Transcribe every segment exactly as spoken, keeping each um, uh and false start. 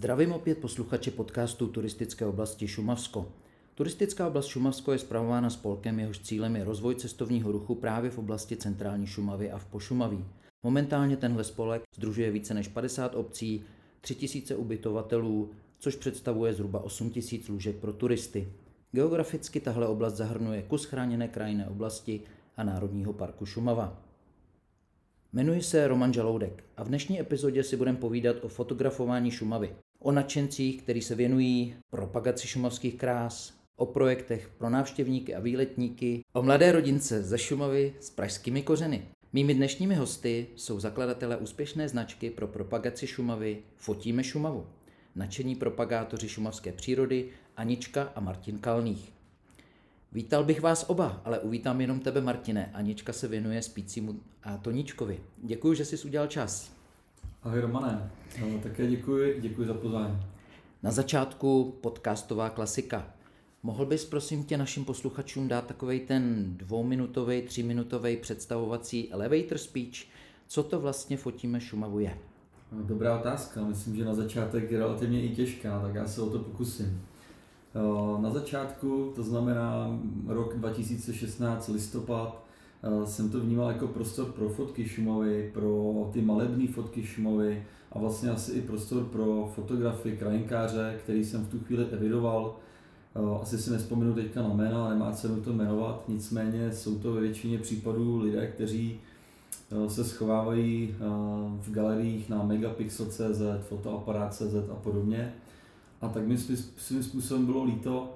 Zdravím opět posluchače podcastu Turistické oblasti Šumavsko. Turistická oblast Šumavsko je spravována spolkem, jehož cílem je rozvoj cestovního ruchu právě v oblasti centrální Šumavy a v Pošumaví. Momentálně tenhle spolek sdružuje více než padesát obcí, tři tisíce ubytovatelů, což představuje zhruba osm tisíc lůžek pro turisty. Geograficky tahle oblast zahrnuje kus chráněné krajinné oblasti a Národního parku Šumava. Jmenuji se Roman Žaloudek a v dnešní epizodě si budeme povídat o fotografování Šumavy, o nadšencích, kteří se věnují propagaci šumavských krás, o projektech pro návštěvníky a výletníky, o mladé rodince ze Šumavy s pražskými kořeny. Mými dnešními hosty jsou zakladatelé úspěšné značky pro propagaci Šumavy Fotíme Šumavu, nadšení propagátoři šumavské přírody Anička a Martin Kalných. Vítal bych vás oba, ale uvítám jenom tebe, Martine. Anička se věnuje spícímu a Toníčkovi. Děkuji, že jsi udělal čas. Ahoj Romane, no, také děkuji, děkuji za pozvání. Na začátku podcastová klasika. Mohl bys prosím tě našim posluchačům dát takovej ten dvouminutový, tříminutový představovací elevator speech? Co to vlastně Fotíme Šumavu je? Dobrá otázka, myslím, že na začátek je relativně i těžká, tak já se o to pokusím. Na začátku, to znamená rok dva tisíce šestnáct, listopad, jsem to vnímal jako prostor pro fotky Šumavy, pro ty malebné fotky Šumavy a vlastně asi i prostor pro fotografy, krajinkáře, který jsem v tu chvíli evidoval. Asi si nevzpomenu teďka na jména, nemá cenu to jmenovat, nicméně jsou to ve většině případů lidé, kteří se schovávají v galeriích na megapixel tečka cé zet, fotoaparát tečka cé zet a podobně. A tak mi svým způsobem bylo líto,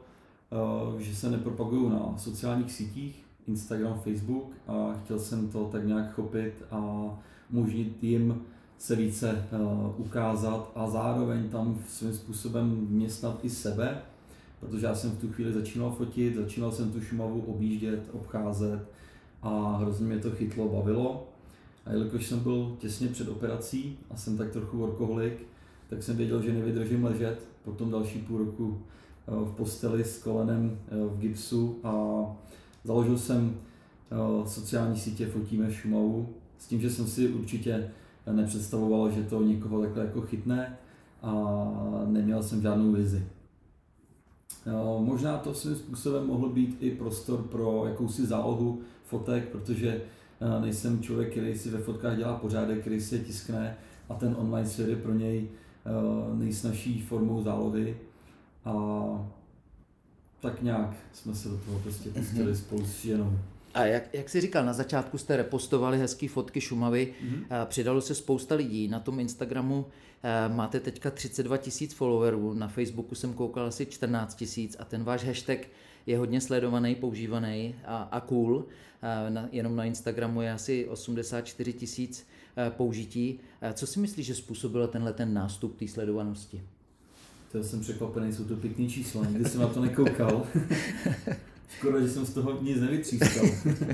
že se nepropagují na sociálních sítích, Instagram, Facebook, a chtěl jsem to tak nějak chopit a umožnit jim se více ukázat a zároveň tam svým způsobem vměstnat i sebe, protože já jsem v tu chvíli začínal fotit, začínal jsem tu Šumavu objíždět, obcházet a hrozně mě to chytlo, bavilo. A jelikož jsem byl těsně před operací a jsem tak trochu workoholik, tak jsem věděl, že nevydržím ležet potom další půl roku v posteli s kolenem v gipsu a založil jsem sociální sítě Fotíme Šumavu s tím, že jsem si určitě nepředstavoval, že to někoho takhle jako chytne a neměl jsem žádnou vizi. Možná to svým způsobem mohl být i prostor pro jakousi zálohu fotek, protože nejsem člověk, který si ve fotkách dělá pořádek, který si je tiskne a ten online svět je pro něj nejsnažší formou zálohy a tak nějak jsme se do toho prostě pustili mm-hmm. spolu s ženou. A jak, jak jsi říkal, na začátku jste repostovali hezký fotky Šumavy, mm-hmm. přidalo se spousta lidí, na tom Instagramu máte teďka třicet dva tisíc followerů, na Facebooku jsem koukal asi čtrnáct tisíc a ten váš hashtag je hodně sledovaný, používaný a, a cool. Na, jenom na Instagramu je asi osmdesát čtyři tisíc použití. Co si myslíš, že způsobil tenhle ten nástup té sledovanosti? To jsem překvapený, jsou to pěkný čísla, nikdy jsem na to nekoukal. Skoro, že jsem z toho nic nevytřískal.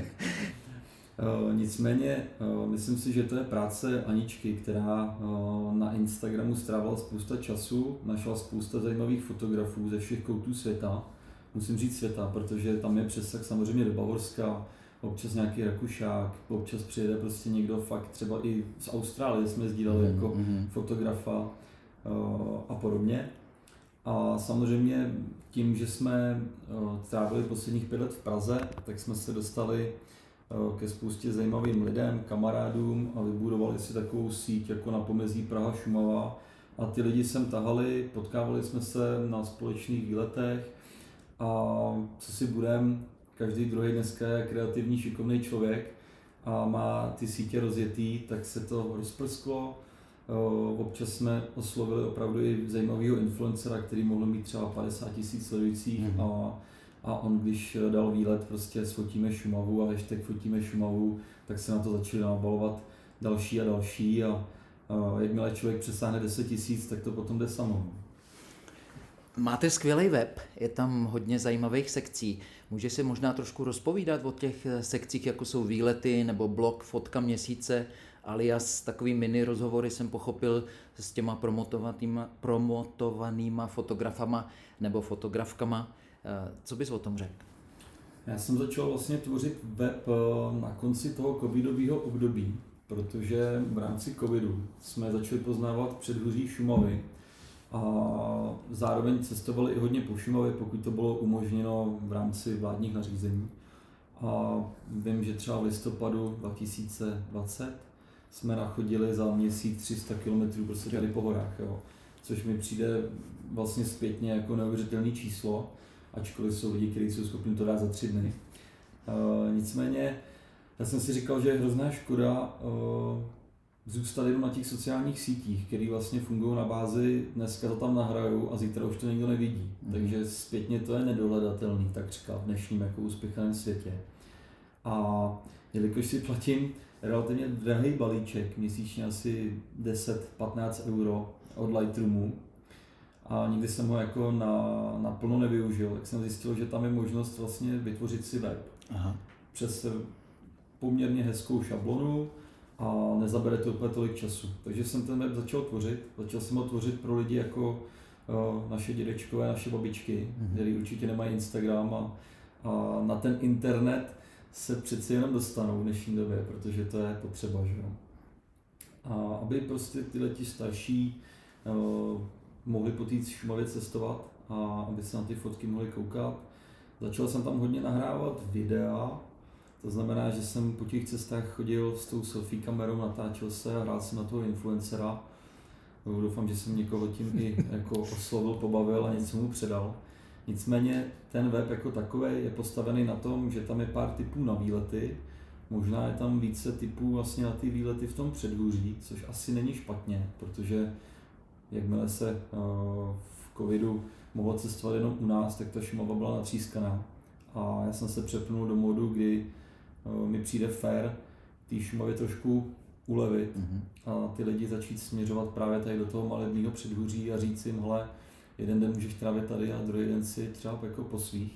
Nicméně, myslím si, že to je práce Aničky, která na Instagramu strávila spousta času, našla spousta zajímavých fotografů ze všech koutů světa. Musím říct světa, protože tam je přesah samozřejmě do Bavorska, občas nějaký Rakušák, občas přijede prostě někdo fakt třeba i z Austrálie, jsme sdíleli mm, jako mm. fotografa a podobně. A samozřejmě tím, že jsme trávili posledních pět let v Praze, tak jsme se dostali ke spoustě zajímavým lidem, kamarádům a vybudovali si takovou síť jako na pomezí Praha Šumava. A ty lidi sem tahali, potkávali jsme se na společných výletech a co si budem, každý druhý dneska je kreativní, šikovný člověk a má ty sítě rozjetý, tak se to rozprsklo. Občas jsme oslovili opravdu i zajímavého influencera, který mohl mít třeba padesát tisíc sledujících mm. a, a on když dal výlet prostě s Fotíme Šumavu a hashtag Fotíme Šumavu, tak se na to začali nabalovat další a další a, a jakmile člověk přesáhne deset tisíc, tak to potom jde samo. Máte skvělý web, je tam hodně zajímavých sekcí. Může si možná trošku rozpovídat o těch sekcích, jako jsou výlety nebo blog Fotka měsíce, alias takový mini rozhovory jsem pochopil s těma promotovanýma, promotovanýma fotografama nebo fotografkama. Co bys o tom řekl? Já jsem začal vlastně tvořit web na konci toho covidového období, protože v rámci covidu jsme začali poznávat předhůří Šumavy A zároveň cestovali i hodně po Šumavě, pokud to bylo umožněno v rámci vládních nařízení. A vím, že třeba v listopadu dva tisíce dvacet jsme nachodili za měsíc tři sta kilometrů prostě tady po horách, jo. Což mi přijde vlastně zpětně jako neuvěřitelné číslo, ačkoliv jsou lidi, kteří jsou schopni to dát za tři dny. Uh, nicméně, já jsem si říkal, že je hrozná škoda uh, zůstat jenom na těch sociálních sítích, které vlastně fungují na bázi, dneska to tam nahrajou a zítra už to nikdo nevidí. Mm. Takže zpětně to je nedohledatelný, tak říká v dnešním jako uspěchaném světě. A jelikož si platím relativně drahý balíček, měsíčně asi deset patnáct euro od Lightroomu, a nikdy jsem ho jako na, naplno nevyužil, tak jsem zjistil, že tam je možnost vlastně vytvořit si web. Aha. Přes poměrně hezkou šablonu a nezabere to úplně tolik času. Takže jsem ten web začal tvořit. Začal jsem ho tvořit pro lidi jako uh, naše dědečkové, naše babičky, mm-hmm. kteří určitě nemají Instagram a, a na ten internet se přeci jenom dostanou v dnešní době, protože to je potřeba, že jo. A aby prostě tyhle ti starší uh, mohli po té Šumavě cestovat a aby se na ty fotky mohli koukat. Začal jsem tam hodně nahrávat videa, to znamená, že jsem po těch cestách chodil s tou selfie kamerou, natáčel se a hrál jsem na toho influencera. Doufám, že jsem někoho tím i jako oslovil, pobavil a něco mu předal. Nicméně ten web jako takový je postavený na tom, že tam je pár typů na výlety, možná je tam více typů vlastně na ty výlety v tom předhůří, což asi není špatně, protože jakmile se uh, v covidu mohlo cestovat jenom u nás, tak ta Šumava byla natřískaná. A já jsem se přepnul do modu, kdy uh, mi přijde fér té Šumavě trošku ulevit mm-hmm. a ty lidi začít směřovat právě tady do toho malebního předhůří a říct jim, hele, jeden den můžeš trávit tady a druhý den si třeba jako po svých.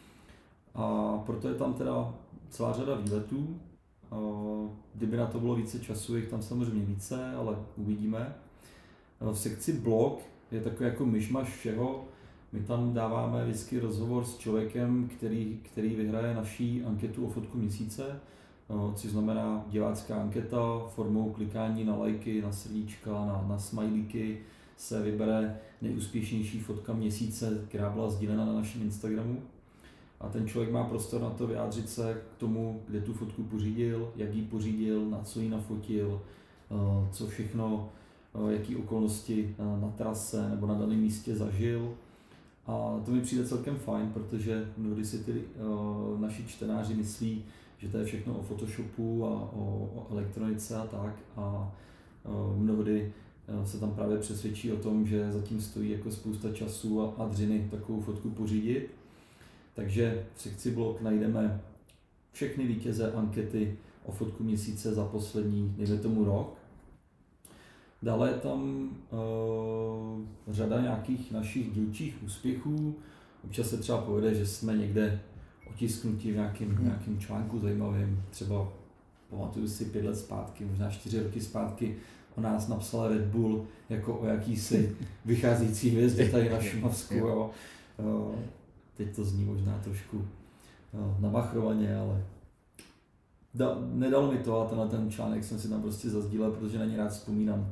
A proto je tam teda celá řada výletů. Uh, kdyby na to bylo více času, jich tam samozřejmě více, ale uvidíme. V sekci blog je takový jako myšmaš všeho. My tam dáváme vždycky rozhovor s člověkem, který, který vyhraje naší anketu o fotku měsíce, což znamená divácká anketa formou klikání na lajky, na srdíčka, na, na smajlíky se vybere nejúspěšnější fotka měsíce, která byla sdílena na našem Instagramu. A ten člověk má prostor na to vyjádřit se k tomu, kde tu fotku pořídil, jak ji pořídil, na co ji nafotil, co všechno, jaký okolnosti na trase nebo na daném místě zažil. A to mi přijde celkem fajn, protože mnohdy si ty uh, naši čtenáři myslí, že to je všechno o Photoshopu a o, o elektronice a tak. A uh, mnohdy uh, se tam právě přesvědčí o tom, že zatím stojí jako spousta času a, a dřiny takovou fotku pořídit. Takže v sekci blog najdeme všechny vítěze ankety o fotku měsíce za poslední, dejme tomu rok. Dále je tam uh, řada nějakých našich dílčích úspěchů. Občas se třeba povede, že jsme někde otisknutí v nějakém, hmm. nějakém článku zajímavým. Třeba pamatuju si pět let zpátky, možná čtyři roky zpátky o nás napsal Red Bull jako o jakýsi vycházející hvězdě tady na Šumavsku. Jo. Uh, teď to zní možná trošku uh, nabachrovaně, ale da, nedalo mi to a tenhle ten článek jsem si tam prostě zazdílel, protože na ně rád vzpomínám.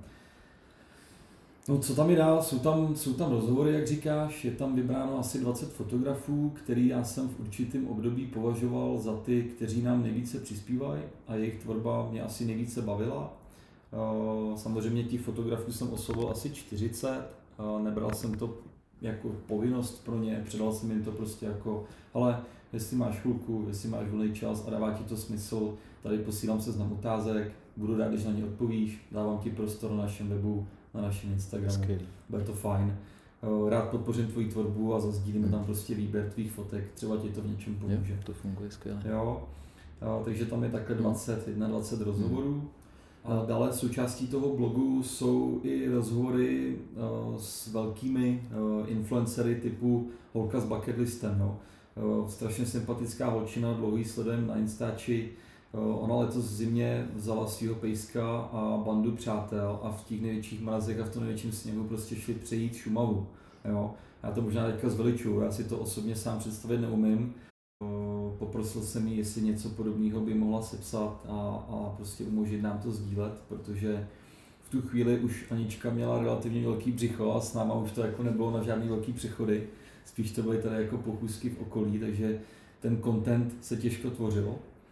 No co tam je dál? Jsou tam, jsou tam rozhovory, jak říkáš, je tam vybráno asi dvacet fotografů, který já jsem v určitém období považoval za ty, kteří nám nejvíce přispívají a jejich tvorba mě asi nejvíce bavila. Samozřejmě těch fotografů jsem oslovil asi čtyřicet, nebral jsem to jako povinnost pro ně, předal jsem jim to prostě jako, ale jestli máš chvilku, jestli máš volný čas a dává ti to smysl, tady posílám seznam otázek, budu rád, když na ně odpovíš, dávám ti prostor na našem webu, na našem Instagramu, Skvělý. Bude to fajn. Rád podpořím tvoji tvorbu a zazdílíme hmm. tam prostě výběr tvých fotek, třeba ti to v něčem pomůže. Jo, to funguje skvěle. Jo, takže tam je takhle dvacet, dvacet jedna rozhovorů. Hmm. A dále součástí toho blogu jsou i rozhovory uh, s velkými uh, influencery typu holka s bucket listem. No. Uh, strašně sympatická holčina, dlouho ji sledujeme na Instači. Uh, ona letos v zimě vzala svýho pejska a bandu přátel a v těch největších mrazech a v tom největším sněhu prostě šli přejít Šumavu. Jo. Já to možná teďka zveličuju, já si to osobně sám představit neumím. Poprosil jsem jí, jestli něco podobného by mohla sepsat a, a prostě umožnit nám to sdílet, protože v tu chvíli už Anička měla relativně velký břicho a s náma už to jako nebylo na žádný velký přechody. Spíš to byly tady jako pokusky v okolí, takže ten content se těžko tvořil.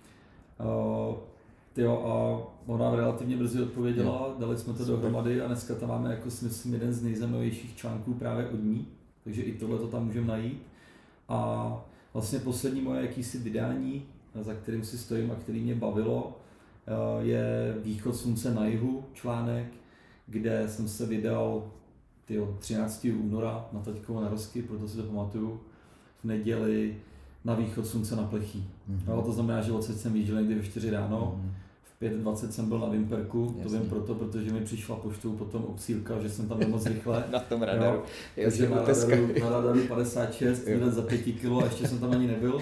Uh, tyjo, a ona relativně brzy odpověděla, dali jsme to dohromady a dneska tam máme jako si myslím jeden z nejzajímavějších článků právě od ní, takže i tohle to tam můžeme najít. A vlastně poslední moje jakýsi vydání, za kterým si stojím a který mě bavilo, je Východ slunce na jihu článek, kde jsem se vydal tyjo, třináctého února na taťkovo narozky, proto si to pamatuju, v neděli na Východ slunce na Plechý. Mm-hmm. No, to znamená, že odsaď jsem vyjížděl někdy ve čtyři ráno, mm-hmm. v pět dvacet jsem byl na Vimperku, to vím proto, protože mi přišla poštou potom obsílka, že jsem tam byl moc rychle. Na tom radaru. Takže na radaru, na radaru padesát šest, za pět kilo a ještě jsem tam ani nebyl.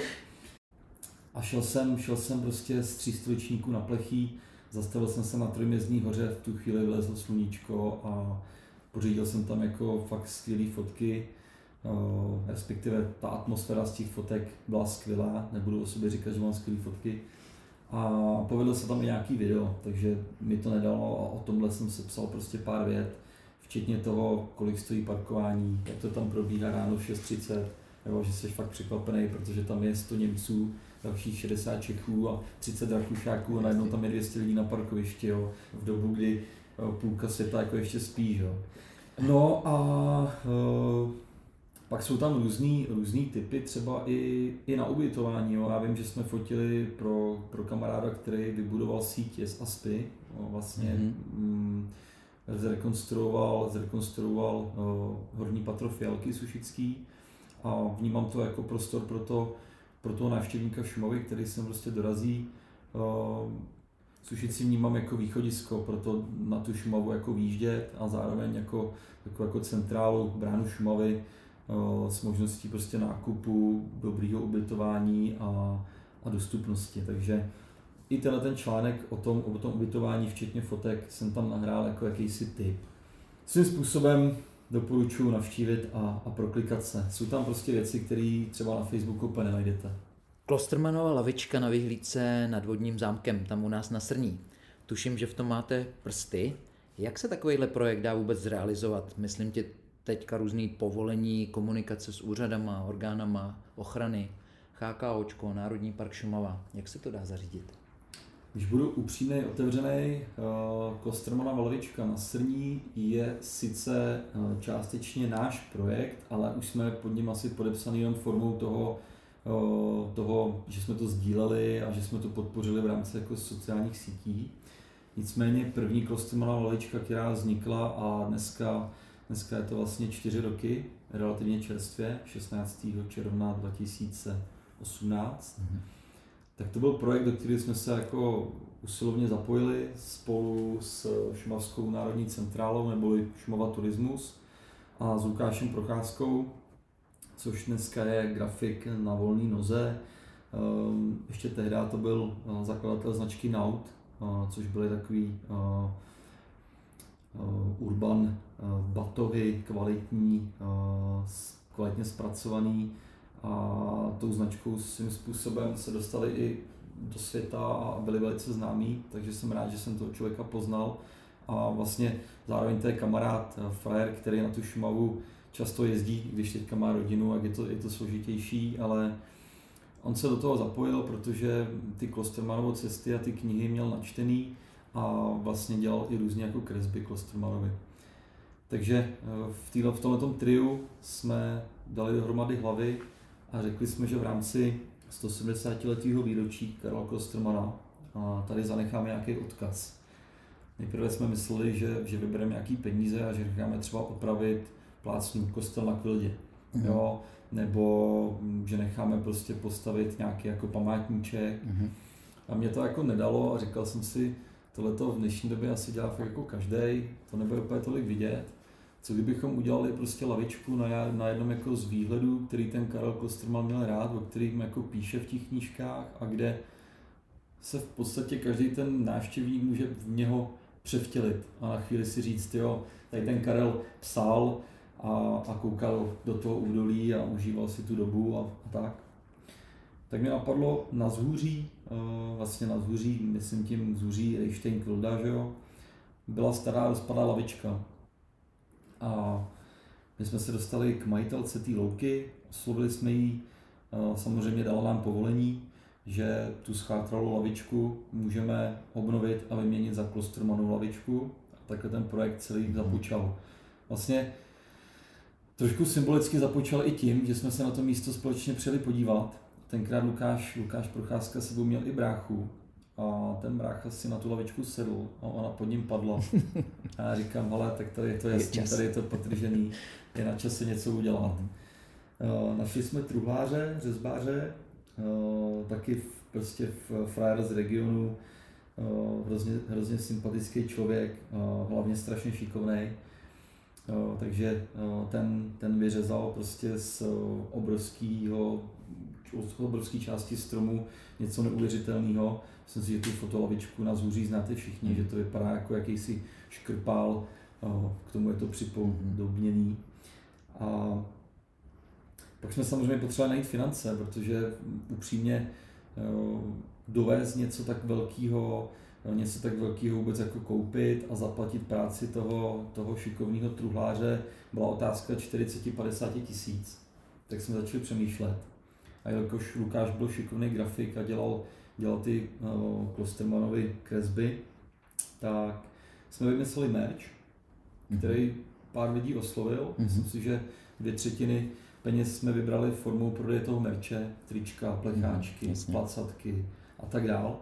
A šel jsem, šel jsem prostě z třístoričníku na Plechý, zastavil jsem se na Trojmězdní hoře, v tu chvíli vylezlo sluníčko a pořídil jsem tam jako fakt skvělý fotky, uh, respektive ta atmosféra z těch fotek byla skvělá, nebudu o sobě říkat, že mám skvělé fotky. A povedl se tam i nějaký video, takže mi to nedalo a o tomhle jsem se psal prostě pár vět, včetně toho, kolik stojí parkování, jak to tam probíhá ráno v šest třicet, nebo že jsi fakt překvapený, protože tam je sto Němců, dalších šedesát Čechů a třicet Rakušáků a najednou tam je dvě stě lidí na parkovišti, jo, v dobu, kdy půlka světa jako ještě spí, jo. No a uh, pak jsou tam různý, různý typy, třeba i, i na ubytování, jo. Já vím, že jsme fotili pro, pro kamaráda, který vybudoval síť Yes a Spy, jo, vlastně mm-hmm. mm, zrekonstruoval, zrekonstruoval uh, horní patro Fialky Sušický a vnímám to jako prostor pro to, pro toho návštěvníka Šumavy, který sem prostě dorazí. Uh, Sušici vnímám jako východisko, proto na tu Šumavu jako výjíždět a zároveň jako, jako, jako centrálu, bránu Šumavy uh, s možností prostě nákupu, dobrýho ubytování a, a dostupnosti. Takže i tenhle ten článek o tom, o tom ubytování, včetně fotek, jsem tam nahrál jako jakýsi tip. Svým způsobem doporučuji navštívit a, a proklikat se. Jsou tam prostě věci, které třeba na Facebooku úplně nenajdete. Klostermanova lavička na vyhlídce nad vodním zámkem, tam u nás na Srní. Tuším, že v tom máte prsty. Jak se takovýhle projekt dá vůbec zrealizovat? Myslím tě teďka různý povolení, komunikace s úřadama, orgánama, ochrany, HKOčko, Národní park Šumava. Jak se to dá zařídit? Když budu upřímný, otevřený, Klostermanova lavička na Srní je sice částečně náš projekt, ale už jsme pod ním asi podepsaný jen formou toho, toho, že jsme to sdíleli a že jsme to podpořili v rámci jako sociálních sítí. Nicméně první Klostermanova lavička, která vznikla a dneska, dneska je to vlastně čtyři roky, relativně čerstvě, šestnáctého června dva tisíce osmnáct. Mm-hmm. Tak to byl projekt, do kterého jsme se jako usilovně zapojili spolu s Šumavskou národní centrálou neboli Šumava Turismus a s Lukášem Procházkou, což dneska je grafik na volné noze. Ještě tehdy to byl zakladatel značky Naut, což byly takový urban batohy, kvalitní, kvalitně zpracovaný. A tou značkou svým způsobem se dostali i do světa a byli velice známí, takže jsem rád, že jsem toho člověka poznal. A vlastně zároveň to je kamarád, frajer, který na tu Šumavu často jezdí, když teďka má rodinu, jak je to, je to složitější, ale on se do toho zapojil, protože ty Klostermanovo cesty a ty knihy měl načtený a vlastně dělal i různě jako kresby Klostermanovi. Takže v, týhle, v tomhletom triu jsme dali dohromady hlavy a řekli jsme, že v rámci sto sedmdesátiletého výročí Karla Klostermana a tady zanecháme nějaký odkaz. Nejprve jsme mysleli, že, že vybereme nějaký peníze a že necháme třeba opravit plácnu kostel na Kvildě, mm. jo, nebo že necháme prostě postavit nějaký jako památníček. Mm. A mě to jako nedalo a říkal jsem si, tohleto v dnešní době asi dělá fakt jako každej, to nebude úplně tolik vidět. Co kdybychom udělali prostě lavičku na, na jednom jako z výhledů, který ten Karel Klosterman měl rád, o kterým jako píše v těch knížkách a kde se v podstatě každý ten návštěvník může v něho převtělit a na chvíli si říct, jo, tady ten Karel psal a, a koukal do toho údolí a užíval si tu dobu a, a tak. Tak mě napadlo na Zhůří, vlastně na Zhůří, myslím tím Zhůří Reichstein Kvilda, že jo, byla stará rozpadlá lavička. A my jsme se dostali k majitelce té louky, oslovili jsme ji, samozřejmě dala nám povolení, že tu schátralou lavičku můžeme obnovit a vyměnit za Klostermannovu lavičku. A takhle ten projekt celý započal. Vlastně trošku symbolicky započal i tím, že jsme se na to místo společně přijeli podívat. Tenkrát Lukáš, Lukáš Procházka s sebou měl i bráchu a ten brácha si na tu lavičku sedl a ona pod ním padla. A já říkám, hele, tak tady je to jasný, tady je to potržený, je na čase něco udělat. Našli jsme truhláře, řezbáře, taky v, prostě v frajer z regionu, hrozně, hrozně sympatický člověk, hlavně strašně šikovný. Takže ten, ten vyřezal prostě z obrovského, z obrovské části stromu něco neuvěřitelného. Myslím si, že tu fotolavičku na Zůří znáte všichni, mm. že to vypadá jako jakýsi škrpál, k tomu je to připodobněný. A pak jsme samozřejmě potřebovali najít finance, protože upřímně dovést něco tak velkého, něco tak velkého vůbec jako koupit a zaplatit práci toho, toho šikovného truhláře byla otázka čtyřicet až padesát tisíc. Tak jsme začali přemýšlet. A jelikož Lukáš byl šikovný grafik a dělal, dělal ty uh, Klostermannovy kresby, tak jsme vymysleli merch, který pár lidí oslovil. Mm-hmm. Myslím si, že dvě třetiny peněz jsme vybrali formou prodeje toho merče, trička, plecháčky, mm, placatky a tak dál.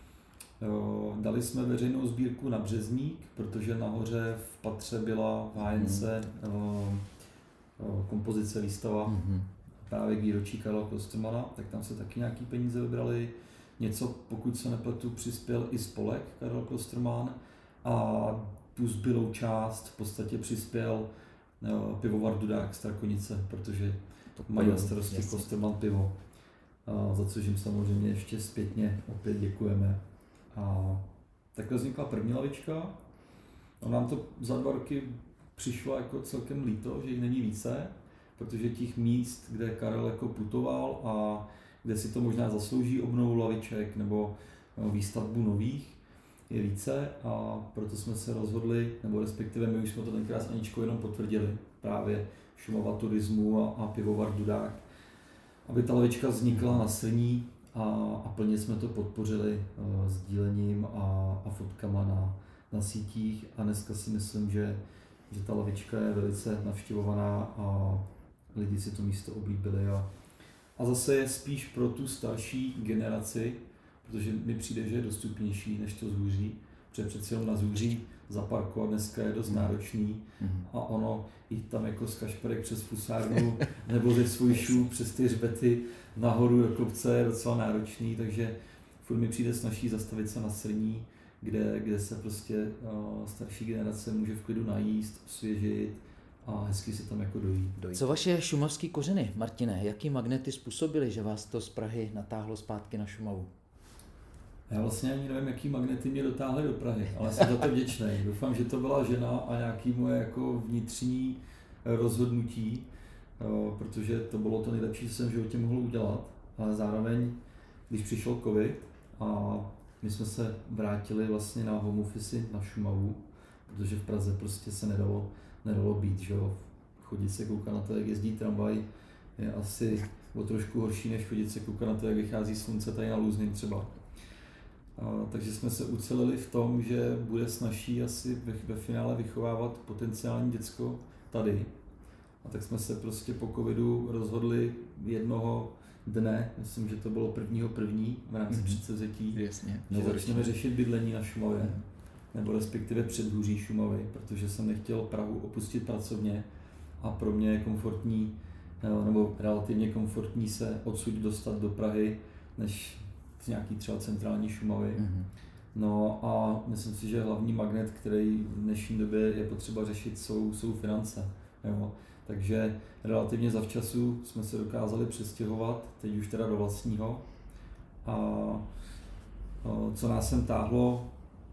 Dali jsme veřejnou sbírku na Březník, protože nahoře v patře byla v hájence mm. kompozice výstava mm-hmm. právě k výročí Karla Klostermanna, tak tam se taky nějaký peníze vybrali. Něco, pokud se nepletu, přispěl i spolek Karel Klostermann a tu zbylou část v podstatě přispěl pivovar Dudák z Strakonice, protože mají na starosti Klostermann pivo, za což jim samozřejmě ještě zpětně opět děkujeme. A takhle vznikla první lavička. A nám to za dva roky přišlo jako celkem líto, že jich není více, protože těch míst, kde Karel jako putoval a kde si to možná zaslouží obnovu laviček nebo výstavbu nových, je více a proto jsme se rozhodli, nebo respektive my už jsme to tenkrát s Aničkou jenom potvrdili, právě Šumava turismu a, a pivovar Dudák, aby ta lavička vznikla na Srní a, a plně jsme to podpořili uh, sdílením a, a fotkama na, na sítích a dneska si myslím, že, že ta lavička je velice navštěvovaná a lidi si to místo oblíbili a, a zase je spíš pro tu starší generaci, protože mi přijde, že je dostupnější než to Zůří, protože přeci jenom na Zůří zaparkovat dneska je dost náročný a ono i tam jako z Kašperek přes Fusárnu nebo ze svůj šup přes ty hřbety nahoru do kopce je docela náročný, takže furt mi přijde snažší zastavit se na Srní, kde, kde se prostě uh, starší generace může v klidu najíst, osvěžit a hezky si tam jako dojít. Co vaše šumavský kořeny, Martine? Jaký magnety způsobily, že vás to z Prahy natáhlo zpátky na Šumavu? Já vlastně ani nevím, jaký magnety mě dotáhly do Prahy, ale jsem za to vděčný. Doufám, že to byla žena a nějaký moje jako vnitřní rozhodnutí, protože to bylo to nejlepší, co jsem v životě mohl udělat. Ale zároveň, když přišel covid a my jsme se vrátili vlastně na home office na Šumavu, protože v Praze prostě se nedalo, nedalo být, že jo. Chodit se koukat na to, jak jezdí tramvaj, je asi o trošku horší, než chodit se koukat na to, jak vychází slunce tady na Lůzním třeba. A, takže jsme se ucelili v tom, že bude snazší asi ve, ve finále vychovávat potenciální děcko tady. A tak jsme se prostě po covidu rozhodli jednoho dne, myslím, že to bylo prvního první v rámci mm-hmm. předsevzetí, Jasně, že začneme řešit bydlení na Šumavě, mm-hmm. nebo respektive předhůří Šumavy, protože jsem nechtěl Prahu opustit pracovně a pro mě je komfortní, nebo relativně komfortní se odsud dostat do Prahy, než z nějaký třeba centrální Šumavy. Mm-hmm. No a myslím si, že hlavní magnet, který v dnešní době je potřeba řešit, jsou, jsou finance. Jo. Takže relativně zavčasu jsme se dokázali přestěhovat, teď už teda do vlastního. A, a co nás sem táhlo,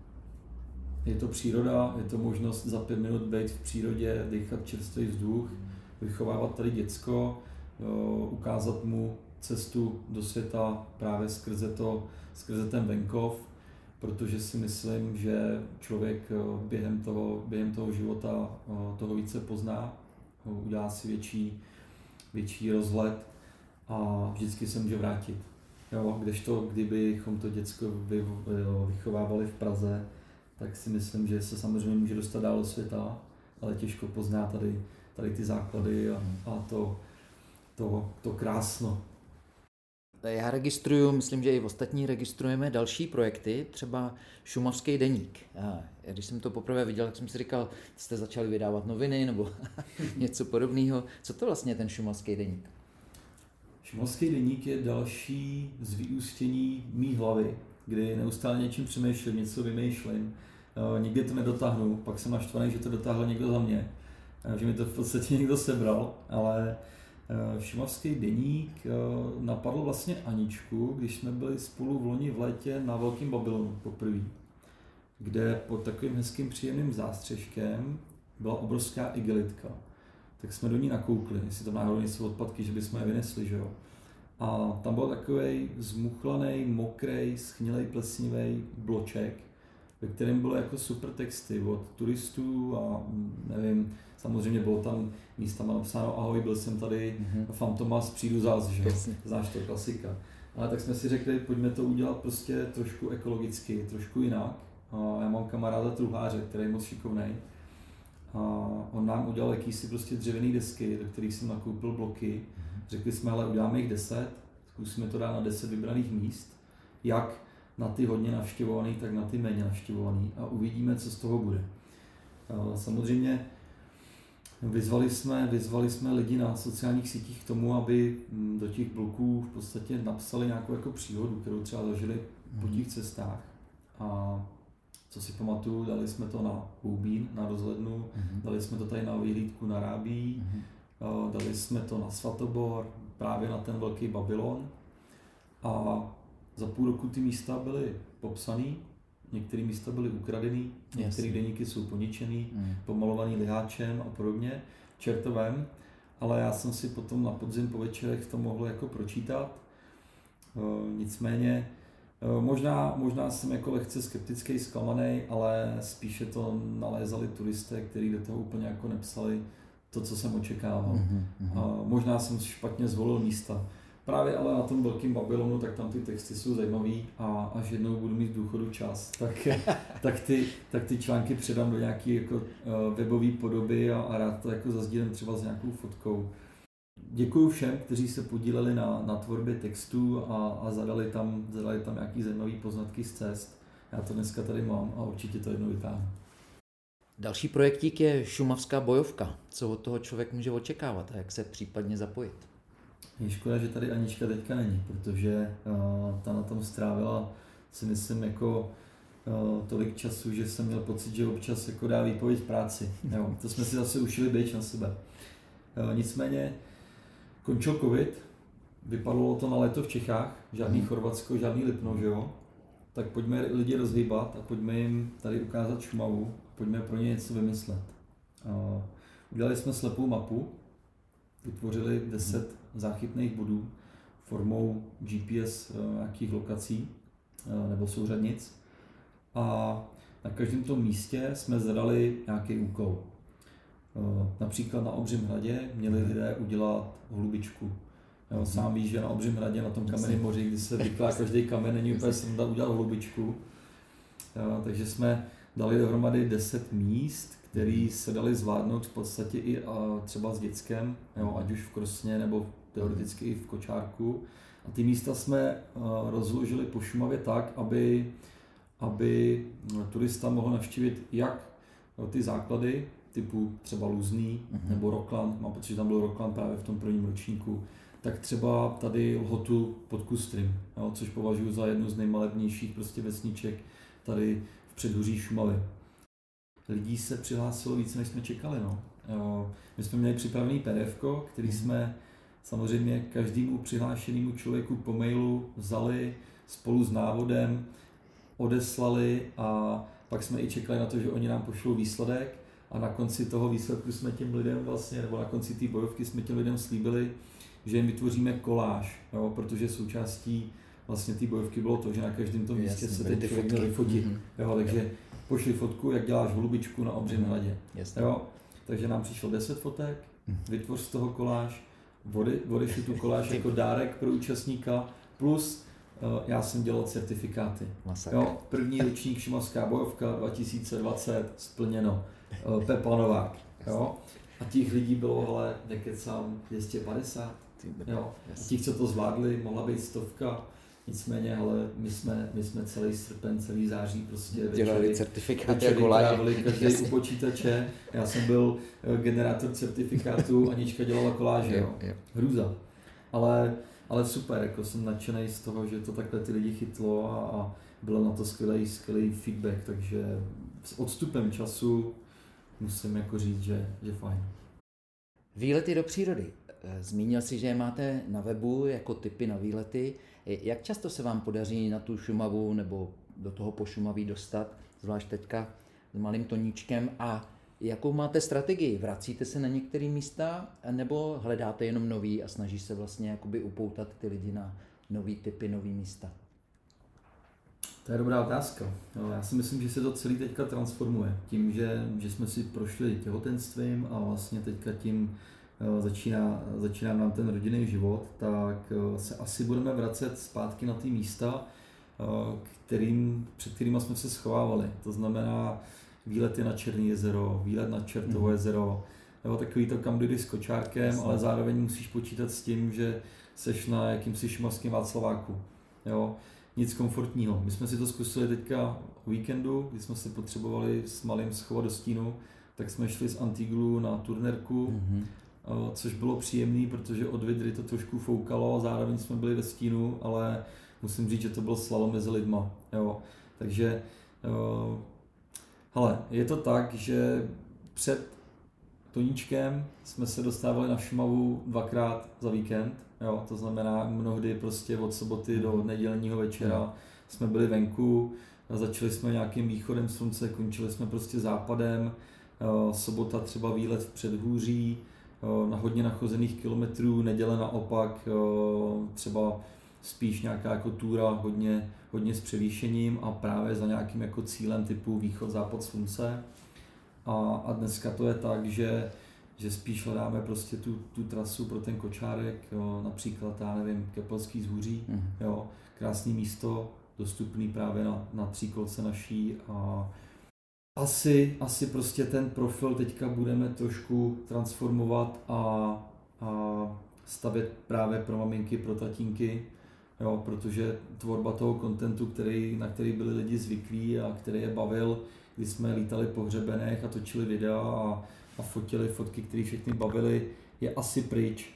je to příroda, je to možnost za pět minut být v přírodě, dýchat čerstvý vzduch, vychovávat tady děcko, jo, ukázat mu cestu do světa právě skrze, to, skrze ten venkov. protože si myslím, že člověk během toho, během toho života toho více pozná, udělá si větší, větší rozhled a vždycky se může vrátit. Jo, kdežto, kdybychom to děcko vy, vychovávali v Praze, tak si myslím, že se samozřejmě může dostat dál do světa, ale těžko pozná tady, tady ty základy a, a to, to, to krásno. Já registruju, myslím, že i ostatní registrujeme další projekty, třeba Šumavský deník. A když jsem to poprvé viděl, tak jsem si říkal, jste začali vydávat noviny nebo něco podobného. Co to vlastně je ten Šumavský deník? Šumavský deník je další z vyústění mý hlavy, kdy neustále něčím přemýšlím, něco vymýšlím. Nikdy to nedotáhnu, pak jsem naštvaný, že to dotáhl někdo za mě, že mi to v podstatě někdo sebral, ale Šumavský deník napadl vlastně Aničku, když jsme byli spolu v loni v létě na Velkém Babylonu poprvé, kde pod takovým hezkým příjemným zástřeškem byla obrovská igelitka. Tak jsme do ní nakoukli, jestli tam náhodou nejsou odpadky, že bychom je vynesli, že jo. A tam byl takovej zmuchlaný, mokrej, schnilej, plesnivý bloček, ve kterém byly jako super texty od turistů a nevím, samozřejmě bylo tam místama napsáno ahoj, byl jsem tady, mm-hmm. Fantomas, přijdu zás, že jo, znáš to, klasika. Ale tak jsme si řekli, pojďme to udělat prostě trošku ekologicky, trošku jinak. A já mám kamaráda truhláře, který je moc šikovnej. A on nám udělal jakýsi prostě dřevěný desky, do kterých jsem nakoupil bloky. Řekli jsme, ale uděláme jich deset, zkusíme to dát na deset vybraných míst, jak na ty hodně navštěvovaný, tak na ty méně navštěvovaný a uvidíme, co z toho bude. Samozřejmě vyzvali jsme, vyzvali jsme lidi na sociálních sítích k tomu, aby do těch bloků v podstatě napsali nějakou jako příhodu, kterou třeba zažili po těch cestách. A co si pamatuju, dali jsme to na Boubín, na rozhlednu, mm-hmm. dali jsme to tady na vyhlídku na Rábí, mm-hmm. dali jsme to na Svatobor, právě na ten Velký Babylon. A za půl roku ty místa byly popsaný, některé místa byly ukradený, některé deníky jsou poničený, mm. pomalovaný liháčem a podobně, čertovem, ale já jsem si potom na podzim po večerech to mohl jako pročítat. E, nicméně Možná, možná jsem jako lehce skeptický, zklamaný, ale spíše to nalézali turisté, kteří do toho úplně jako nepsali to, co jsem očekával. Mm-hmm. A možná jsem špatně zvolil místa. Právě ale na tom Velkém Babylonu, tak tam ty texty jsou zajímavý a až jednou budu mít v důchodu čas, tak, tak, ty, tak ty články předám do nějaké jako webové podoby a, a rád to jako zazdílím třeba s nějakou fotkou. Děkuju všem, kteří se podíleli na, na tvorbě textů a, a zadali tam, zadali tam nějaký zajímavý poznatky z cest. Já to dneska tady mám a určitě to jednou vytáhnu. Další projektík je Šumavská bojovka. Co od toho člověk může očekávat a jak se případně zapojit? Je škoda, že tady Anička teďka není, protože uh, ta na tom strávila, si myslím, jako uh, tolik času, že jsem měl pocit, že občas jako dá výpověď v práci. Jo, to jsme si zase ušili běč na sebe. Uh, nicméně končil covid, vypadalo to na léto v Čechách, žádný hmm. Chorvatsko, žádný Lipno, že jo? Tak pojďme lidi rozhýbat a pojďme jim tady ukázat Šumavu, pojďme pro ně něco vymyslet. Uh, udělali jsme slepou mapu, vytvořili deset hmm. záchytných bodů formou G P S uh, nějakých lokací uh, nebo souřadnic a na každém tom místě jsme zadali nějaký úkol. Například na Obřím hradě měli lidé udělat hlubičku. Jo, sám víš, že na Obřím hradě, na tom kamenném moři, kdy se vyklá každý kamen, není úplně sranda udělat hlubičku. Jo, takže jsme dali dohromady deset míst, které se dali zvládnout v podstatě i a třeba s dětskem, jo, ať už v Krosně nebo teoreticky i v Kočárku. A ty místa jsme rozložili po Šumavě tak, aby, aby turista mohl navštívit jak ty základy, typu třeba Luzný uh-huh. nebo Rokland, mám pocit, že tam byl Rokland právě v tom prvním ročníku, tak třeba tady Lhotu pod Kustrym, jo, což považuji za jednu z nejmalebnějších prostě vesniček tady v předhoří Šumavy. Lidí se přihlásilo více, než jsme čekali. No. Jo, my jsme měli připravený P D F ko, který jsme samozřejmě každému přihlášenému člověku po mailu vzali spolu s návodem, odeslali a pak jsme i čekali na to, že oni nám pošlou výsledek. A na konci toho výsledku jsme těm lidem vlastně, nebo na konci té bojovky jsme těm lidem slíbili, že jim vytvoříme koláž, jo, protože součástí vlastně té bojovky bylo to, že na každém tom místě Jasně, se ten člověk měl vyfotit. Mm-hmm. Jo, takže jo. Pošli fotku, jak děláš holubičku na Obřím hradě. Jo, takže nám přišlo deset fotek, vytvoř z toho koláž, vody, odešli tu koláž jako dárek pro účastníka, plus uh, já jsem dělal certifikáty. Jo, první ročník Šumavská bojovka dva tisíce dvacet splněno, uh, Pepa Novák. Jo. A těch lidí bylo, hele, nekecám, dvě stě padesát. Jo. A těch, co to zvládli, mohla být stovka. Nicméně, hele, my jsme, my jsme celý srpen, celý září prostě dělali certifikáty jako láže. Každý u počítače. Já jsem byl generátor certifikátů, Anička dělala koláže. Jo. Jo. Hrůza. Ale, ale super, jako jsem nadšený z toho, že to takhle ty lidi chytlo a, a bylo na to skvělý, skvělý feedback, takže s odstupem času musím jako říct, že, že fajn. Výlety do přírody. Zmínil si, že je máte na webu jako tipy na výlety. Jak často se vám podaří na tu Šumavu nebo do toho Pošumaví dostat, zvlášť teďka s malým Toníčkem, a jakou máte strategii? Vracíte se na některé místa nebo hledáte jenom nový a snaží se vlastně jakoby upoutat ty lidi na nový typy, nový místa? To je dobrá otázka. Já si myslím, že se to celý teďka transformuje. Tím, že, že jsme si prošli těhotenstvím a vlastně teďka tím začíná, začíná nám ten rodinný život, tak se asi budeme vracet zpátky na ty místa, kterým, před kterými jsme se schovávali. To znamená výlety na Černé jezero, výlet na Čertovo mm. jezero, jo, takový to, kam jdeš s kočárkem, Jasně. ale zároveň musíš počítat s tím, že seš na jakýmsi šumavském Václaváku. Jo. Nic komfortního. My jsme si to zkusili teďka o víkendu, kdy jsme si potřebovali s malým schovat do stínu, tak jsme šli z Antiglu na Turnerku, mm-hmm. což bylo příjemné, protože od vidry to trošku foukalo a zároveň jsme byli ve stínu, ale musím říct, že to byl slalom mezi lidma. Jo. Takže uh, hele, je to tak, že před Toníčkem jsme se dostávali na Šumavu dvakrát za víkend. Jo, to znamená mnohdy prostě od soboty do nedělního večera jsme byli venku, začali jsme nějakým východem slunce, končili jsme prostě západem, sobota třeba výlet v Předhůří, na hodně nachozených kilometrů, neděle naopak třeba spíš nějaká jako túra hodně, hodně s převýšením a právě za nějakým jako cílem typu východ, západ slunce. A, a dneska to je tak, že že spíš hledáme prostě tu, tu trasu pro ten kočárek, jo, například, já nevím, Kepelský Zhůří, mm. jo, krásné místo, dostupný právě na, na tříkolce naší a asi, asi prostě ten profil teďka budeme trošku transformovat a, a stavět právě pro maminky, pro tatínky, jo, protože tvorba toho kontentu, který, na který byli lidi zvyklí a který je bavil, když jsme lítali po hřebenech a točili videa a a fotili fotky, které všechny bavily, je asi pryč.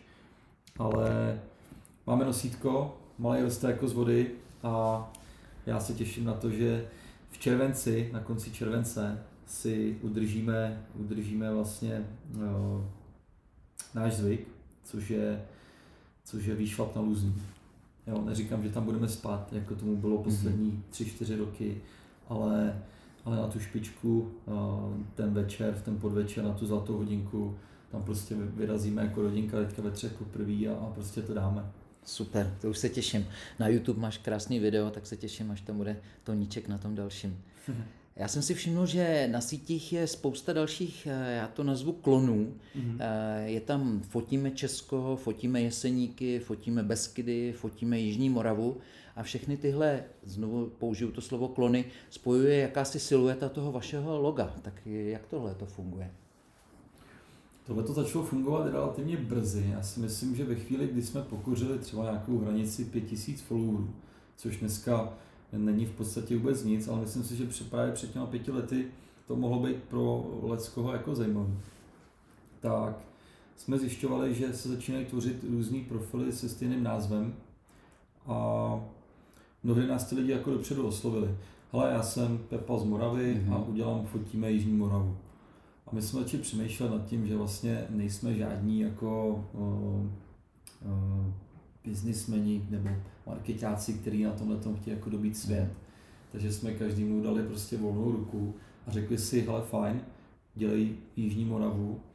Ale máme nosítko, malý roste jako z vody a já se těším na to, že v červenci, na konci července, si udržíme, udržíme vlastně no, náš zvyk, což je, což je výšlap na Lůzný. Jo, neříkám, že tam budeme spát, jako tomu bylo poslední tři čtyři roky, ale ale na tu špičku, ten večer, v ten podvečer, na tu zlatou hodinku, tam prostě vyrazíme jako rodinka teďka ve třech poprvé a, a prostě to dáme. Super, to už se těším. Na YouTube máš krásný video, tak se těším, až tam bude Toníček na tom dalším. Já jsem si všiml, že na sítích je spousta dalších, já to nazvu klonů. Mm-hmm. Je tam fotíme Česko, fotíme Jeseníky, fotíme Beskydy, fotíme Jižní Moravu a všechny tyhle, znovu použiju to slovo klony, spojuje jakási silueta toho vašeho loga. Tak jak tohle to funguje? Tohle to začalo fungovat relativně brzy. Já si myslím, že ve chvíli, kdy jsme pokořili třeba nějakou hranici pět tisíc followerů, což dneska není v podstatě vůbec nic, ale myslím si, že právě před těmi pěti lety to mohlo být pro leckoho jako zajímavý. Tak jsme zjišťovali, že se začínají tvořit různý profily se stejným názvem a mnohdy nás ty lidi jako dopředu oslovili. Hele, já jsem Pepa z Moravy mm-hmm. a udělám, fotíme Jižní Moravu. A my jsme začali přemýšlet nad tím, že vlastně nejsme žádní jako uh, uh, biznismeni nebo marketáci, kteří na tomhle tom chtějí jako dobít svět. Takže jsme každému dali prostě volnou ruku a řekli si, hele fajn, dělej Jižní Moravu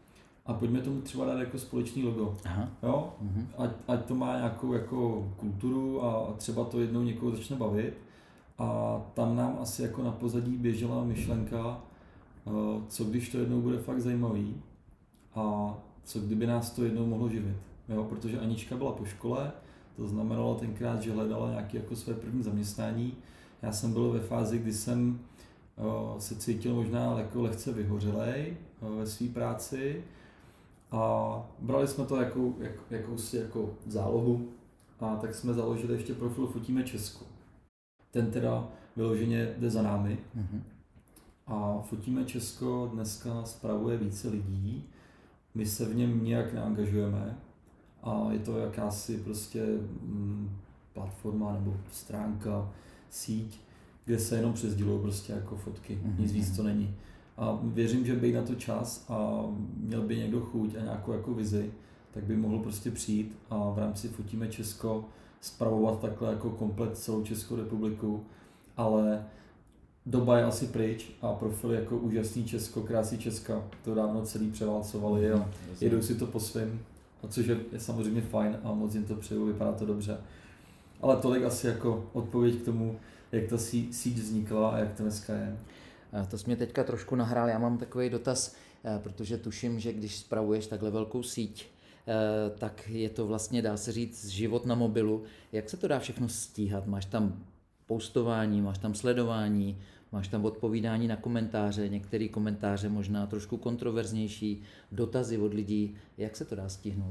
a pojďme tomu třeba dát jako společný logo. Aha. Jo? Mhm. Ať, ať to má nějakou jako kulturu a třeba to jednou někoho začne bavit. A tam nám asi jako na pozadí běžela myšlenka, co když to jednou bude fakt zajímavý a co kdyby nás to jednou mohlo živit. Jo? Protože Anička byla po škole, to znamenalo tenkrát, že hledala nějaké jako své první zaměstnání. Já jsem byl ve fázi, kdy jsem se cítil možná jako lehce vyhořelej ve své práci a brali jsme to jako, jako, jakousi jako zálohu a tak jsme založili ještě profil Fotíme Česko. Ten teda vyloženě jde za námi mm-hmm. a Fotíme Česko dneska spravuje více lidí, my se v něm nijak neangažujeme a je to jakási prostě mm, platforma nebo stránka, síť, kde se jenom přesdělují prostě jako fotky, mm-hmm. nic víc to není. A věřím, že by na to čas a měl by někdo chuť a nějakou jako vizi, tak by mohl prostě přijít a v rámci Fotíme Česko spravovat takhle jako komplet celou Českou republiku, ale doba je asi pryč a profil jako úžasný Česko, krásný Česka, to dávno celý převálcovali a jedou si to po svém, což je, je samozřejmě fajn a moc jim to přeju, vypadá to dobře. Ale tolik asi jako odpověď k tomu, jak ta síť vznikla a jak to dneska je. To jsi mě teďka trošku nahrál, já mám takový dotaz, protože tuším, že když spravuješ takhle velkou síť, tak je to vlastně, dá se říct, život na mobilu. Jak se to dá všechno stíhat? Máš tam postování, máš tam sledování, máš tam odpovídání na komentáře, některé komentáře možná trošku kontroverznější, dotazy od lidí. Jak se to dá stihnout?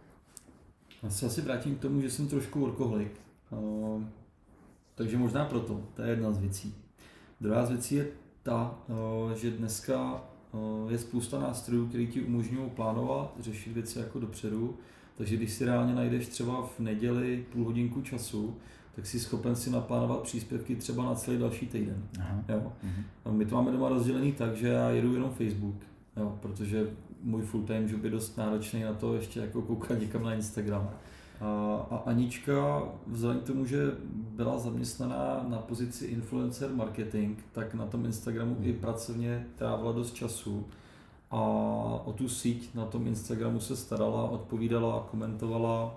Já se asi vrátím k tomu, že jsem trošku workoholik. Uh, takže možná proto, to je jedna z věcí. Druhá z věcí je ta, uh, že dneska uh, je spousta nástrojů, které ti umožňují plánovat, řešit věci jako dopředu. Takže když si reálně najdeš třeba v neděli půl hodinku času, tak jsi schopen si naplánovat příspěvky třeba na celý další týden. Aha. Jo. Uh-huh. My to máme doma rozdělený tak, že já jedu jenom Facebook, jo, protože můj full time job je dost náročný na to ještě jako koukat někam na Instagram. A, a Anička, vzhledem k tomu, že byla zaměstnaná na pozici influencer marketing, tak na tom Instagramu uh-huh. i pracovně trávila dost času a o tu síť na tom Instagramu se starala, odpovídala, komentovala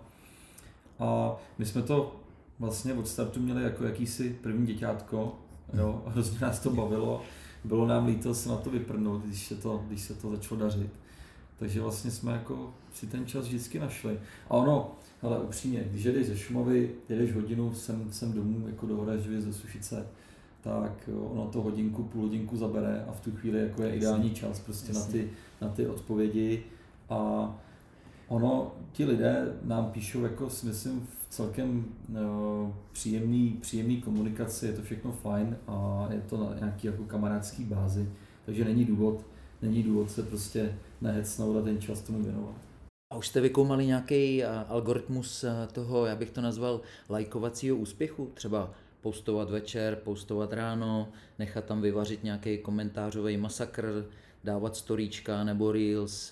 a my jsme to vlastně od startu měli jako jakýsi první děťátko, jo, a hrozně nás to bavilo, bylo nám líto se na to vyprnout, když se to, když se to začalo dařit. Takže vlastně jsme jako si ten čas vždycky našli. A ono, hele, upřímně, když jedeš ze Šumavy, jedeš hodinu sem, sem domů, jako do Horažďovy, ze Sušice, tak ono to hodinku, půl hodinku zabere a v tu chvíli jako je ideální čas prostě na ty, na ty odpovědi a ono, ti lidé nám píšou jako si myslím v celkem uh, příjemný, příjemný komunikaci, je to všechno fajn a je to na nějaký jako kamarádský bázi, takže není důvod, není důvod se prostě nehecnout a ten čas tomu věnovat. A už jste vykoumali nějaký algoritmus toho, já bych to nazval, lajkovacího úspěchu? Třeba postovat večer, postovat ráno, nechat tam vyvařit nějaký komentářový masakr, dávat storíčka nebo reels.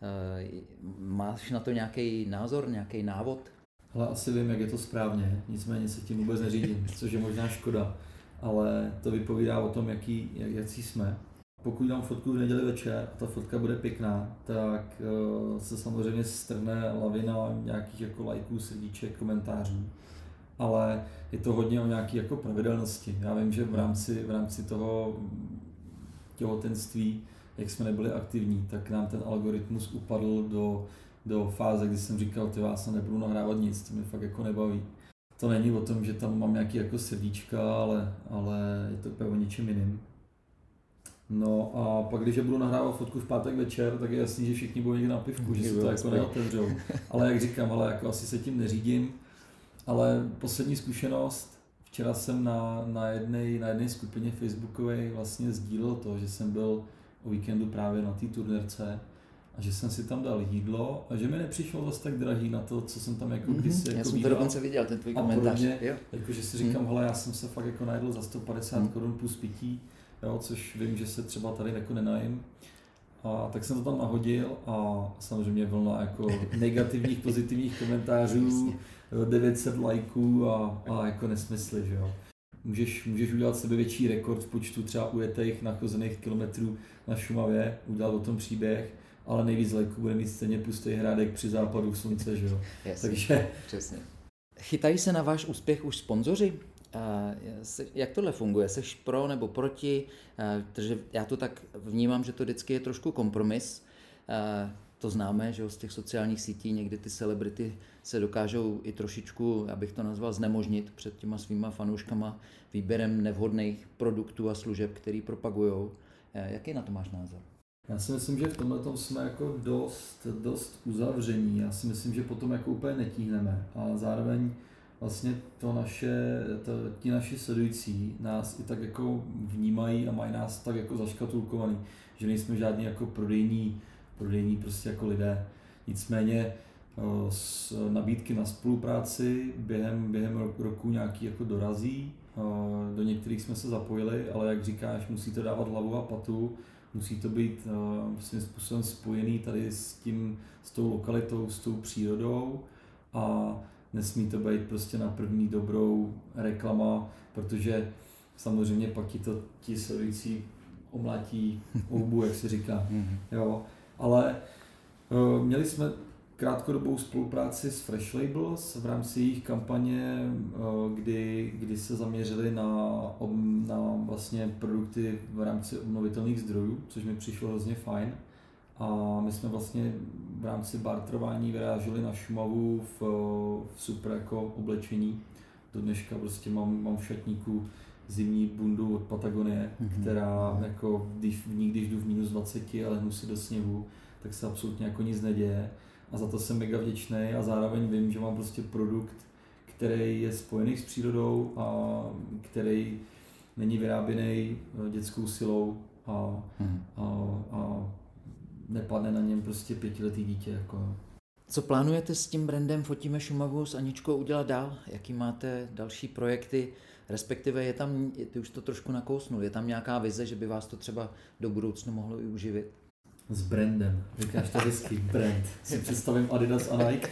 Máš na to nějaký názor, nějaký návod? Ale asi vím, jak je to správně, nicméně se tím vůbec neřídím, což je možná škoda, ale to vypovídá o tom, jaký, jak, jaký jsme. Pokud dám fotku v neděli večer a ta fotka bude pěkná, tak uh, se samozřejmě strne lavina nějakých jako lajků, srdíček, komentářů. Ale je to hodně o nějaké jako pravidelnosti. Já vím, že v rámci, v rámci toho těhotenství, jak jsme nebyli aktivní, tak nám ten algoritmus upadl do, do fáze, kdy jsem říkal, že já se nebudu nahrávat nic, to mě fakt jako nebaví. To není o tom, že tam mám nějaký jako srdíčka, ale, ale je to úplně o ničem jiným. No a pak, když budu nahrávat fotku v pátek večer, tak je jasný, že všichni budou někde na pivku, že se to jako neotevřou. Ale jak říkám, ale jako asi se tím neřídím. Ale poslední zkušenost, včera jsem na, na jedné na jedné skupině facebookové vlastně sdílel to, že jsem byl o víkendu právě na té turnérce a že jsem si tam dal jídlo a že mi nepřišlo zase tak drahý na to, co jsem tam jako mm-hmm. kdysi jako já jsem to dokonce viděl, ten tvůj komentář. Jakože si říkám, mm. hele, já jsem se fakt jako najedl za sto padesát mm. korun plus pití, jo, což vím, že se třeba tady jako nenajím. A tak jsem to tam nahodil a samozřejmě vlna jako negativních, pozitivních komentářů, devět set lajků a, a jako nesmysly, že jo. Můžeš, můžeš udělat sebe větší rekord v počtu třeba ujetých nachozených kilometrů na Šumavě, udělat o tom příběh ale nejvíc lajků bude mít stejně pustý hrádek při západu slunce, že jo. Jasně, Takže... přesně. Chytají se na váš úspěch už sponzoři? Jak tohle funguje? Seš pro nebo proti? Protože já to tak vnímám, že to vždycky je trošku kompromis. To známe, že z těch sociálních sítí někdy ty celebrity se dokážou i trošičku, abych to nazval, znemožnit před těma svýma fanouškama výběrem nevhodných produktů a služeb, který propagujou. Jaký na to máš názor? Já si myslím, že v tomhle tom jsme jako dost, dost uzavření. Já si myslím, že potom jako úplně netíhneme. A zároveň vlastně to naše, to, ti naši sledující nás i tak jako vnímají a mají nás tak jako zaškatulkovaný, že nejsme žádní jako prodejní, prodejní prostě jako lidé. Nicméně s nabídky na spolupráci během, během roku nějaký jako dorazí. Do některých jsme se zapojili, ale jak říkáš, musí to dávat hlavu a patu. Musí to být uh, svým způsobem spojený tady s tím, s tou lokalitou, s tou přírodou a nesmí to být prostě na první dobrou reklama, protože samozřejmě pak ti to ti sledující omlátí houbu, jak se říká. Jo. Ale uh, měli jsme krátkodobou spolupráci s Fresh Labels v rámci jejich kampaně, kdy, kdy se zaměřili na, na vlastně produkty v rámci obnovitelných zdrojů, což mi přišlo hrozně fajn. A my jsme vlastně v rámci barterování vyráželi na Šumavu v, v super jako oblečení. Do dneška prostě mám, mám v šatníku zimní bundu od Patagonie, mm-hmm. která jako když, v ní, když jdu v minus dvacet a lehnu si do sněhu, tak se absolutně jako nic neděje. A za to jsem mega vděčný a zároveň vím, že mám prostě produkt, který je spojený s přírodou a který není vyráběný dětskou silou a, hmm. a, a nepadne na něm prostě pětiletý dítě. Jako. Co plánujete s tím brandem Fotíme Šumavu s Aničkou udělat dál? Jaký máte další projekty? Respektive je tam, ty už to trošku nakousnul, je tam nějaká vize, že by vás to třeba do budoucna mohlo i uživit? S brandem, říkáš to hezký, brand. Si představím Adidas a Nike.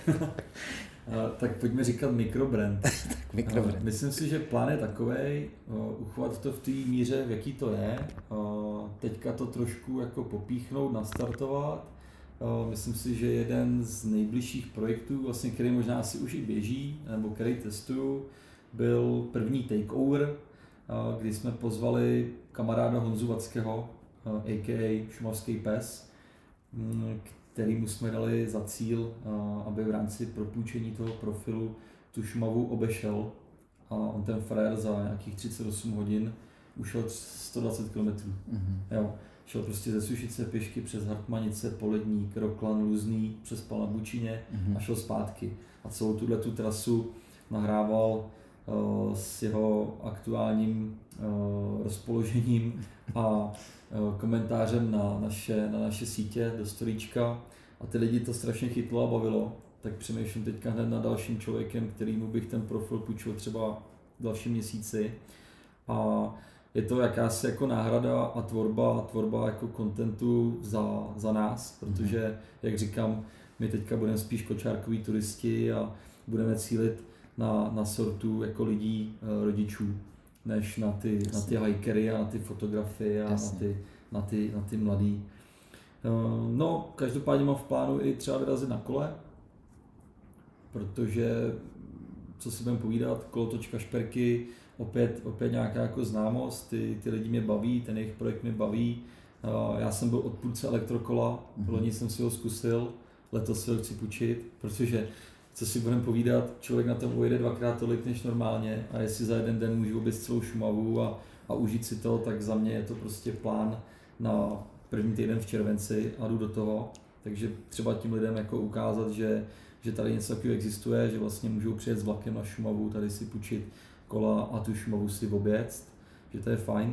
Tak pojďme říkat mikrobrand. Tak mikrobrand. Myslím si, že plán je takovej, uchovat to v té míře, v jaký to je. Teďka to trošku jako popíchnout, nastartovat. Myslím si, že jeden z nejbližších projektů, vlastně, který možná asi už i běží, nebo který testuju, byl první takeover, kdy jsme pozvali kamaráda Honzu Vackého, a ká a Šumavský pes, kterýmu jsme dali za cíl, aby v rámci propůjčení toho profilu tu Šumavu obešel. A on ten frajer za nějakých třicet osm hodin ušel sto dvacet kilometrů. Mm-hmm. Jo, šel prostě ze Sušice pěšky přes Hartmanice, Poledník, Roklan, Luzný, přes Pal na Bučině mm-hmm. a šel zpátky. A celou tuhle tu trasu nahrával uh, s jeho aktuálním uh, rozpoložením a komentářem na naše, na naše sítě do storíčka a ty lidi to strašně chytlo a bavilo, tak přemýšlím teďka hned nad dalším člověkem, kterýmu bych ten profil půjčil třeba v dalším měsíci a je to jakási jako náhrada a tvorba, a tvorba jako contentu za, za nás, protože, jak říkám, my teďka budeme spíš kočárkoví turisti a budeme cílit na, na sortu jako lidí, rodičů, než na ty, na ty hikery a na ty fotografie a na ty, na, ty, na ty mladý. No, každopádně mám v plánu i třeba vyrazit na kole, protože, co si budeme povídat, kolotočka Šperky, opět, opět nějaká jako známost, ty, ty lidi mě baví, ten jejich projekt mě baví. Já jsem byl odpůrce elektrokola, mm-hmm. loni jsem si ho zkusil, letos si ho chci půjčit, protože co si budeme povídat, člověk na tom ujede dvakrát tolik než normálně a jestli za jeden den můžu obět celou Šumavu a, a užít si to, tak za mě je to prostě plán na první týden v červenci a jdu do toho. Takže třeba tím lidem jako ukázat, že, že tady něco takového existuje, že vlastně můžou přijet s vlakem na Šumavu, tady si půjčit kola a tu Šumavu si obět, že to je fajn.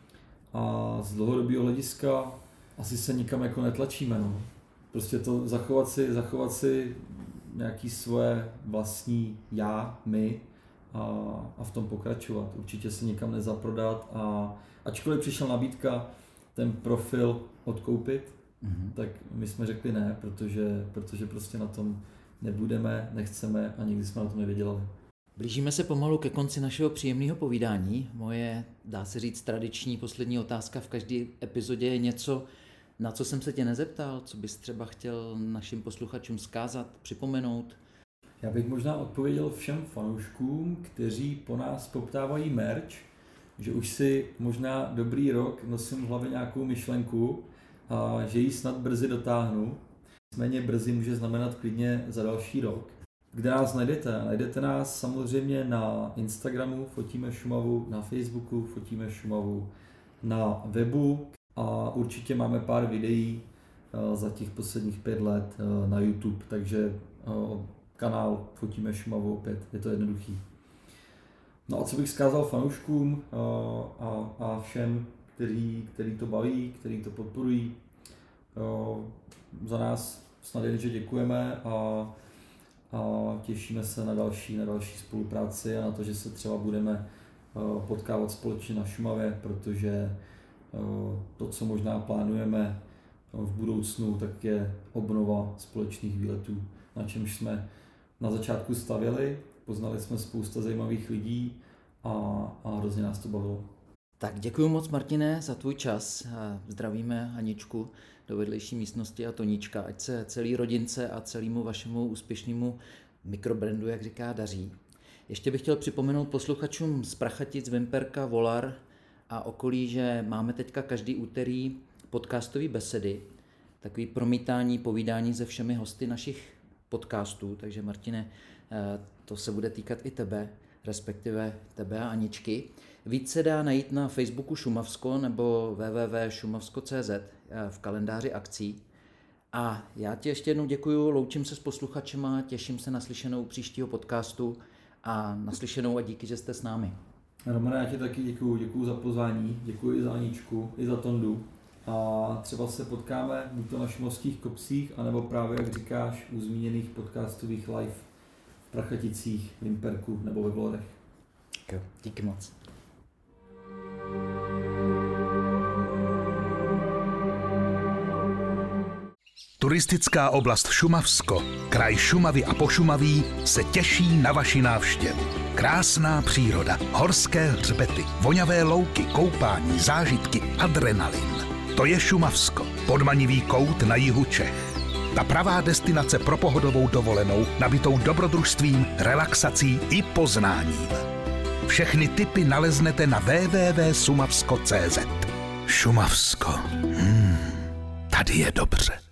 A z dlouhodobého hlediska asi se nikam jako netlačíme. No. Prostě to zachovat si, zachovat si nějaký svoje vlastní já, my a, a v tom pokračovat. Určitě se nikam nezaprodat a ačkoliv přišla nabídka ten profil odkoupit, mm-hmm. tak my jsme řekli ne, protože, protože prostě na tom nebudeme, nechceme a nikdy jsme na tom nevydělali. Blížíme se pomalu ke konci našeho příjemného povídání. Moje, dá se říct, tradiční poslední otázka v každé epizodě je něco, Na co jsem se tě nezeptal, co bys třeba chtěl našim posluchačům vzkázat, připomenout? Já bych možná odpověděl všem fanouškům, kteří po nás poptávají merch, že už si možná dobrý rok nosím v hlavě nějakou myšlenku a že ji snad brzy dotáhnu. Nicméně brzy může znamenat klidně za další rok. Kde nás najdete? Najdete nás samozřejmě na Instagramu, fotíme Šumavu, na Facebooku, fotíme Šumavu, na webu a určitě máme pár videí za těch posledních pět let na YouTube, takže kanál Fotíme Šumavu opět, je to jednoduchý. No a co bych vzkázal fanouškům a, a, a všem, který, který to baví, který to podporují. Za nás snad jen, že děkujeme a, a těšíme se na další, na další spolupráci a na to, že se třeba budeme potkávat společně na Šumavě, protože to, co možná plánujeme v budoucnu, tak je obnova společných výletů, na čemž jsme na začátku stavěli, poznali jsme spousta zajímavých lidí a, a hrozně nás to bavilo. Tak děkuji moc, Martine, za tvůj čas. Zdravíme Aničku do vedlejší místnosti a Toníčka, ať se celý rodince a celému vašemu úspěšnému mikrobrandu, jak říká, daří. Ještě bych chtěl připomenout posluchačům z Prachatic, Vimperka, Volar a okolí, že máme teďka každý úterý podcastové besedy, takový promítání, povídání se všemi hosty našich podcastů, takže Martine, to se bude týkat i tebe, respektive tebe a Aničky. Víc se dá najít na Facebooku Šumavsko nebo w w w tečka šumavsko tečka c z v kalendáři akcí. A já ti ještě jednou děkuju, loučím se s posluchačema, těším se na slyšenou příštího podcastu a naslyšenou a díky, že jste s námi. Romane, já ti taky děkuju, děkuju za pozvání, děkuji i za Aničku, i za Tondu. A třeba se potkáme buď to na šumavských kopcích, anebo právě, jak říkáš, u zmíněných podcastových live v Prachaticích, v Vimperku nebo ve Vlorech. Jo, díky moc. Turistická oblast Šumavsko, kraj Šumavy a Pošumaví se těší na vaši návštěvu. Krásná příroda, horské hřbety, voňavé louky, koupání, zážitky, adrenalin. To je Šumavsko, podmanivý kout na jihu Čech. Ta pravá destinace pro pohodovou dovolenou, nabitou dobrodružstvím, relaxací i poznáním. Všechny tipy naleznete na w w w tečka šumavsko tečka c z. Šumavsko. Hmm, tady je dobře.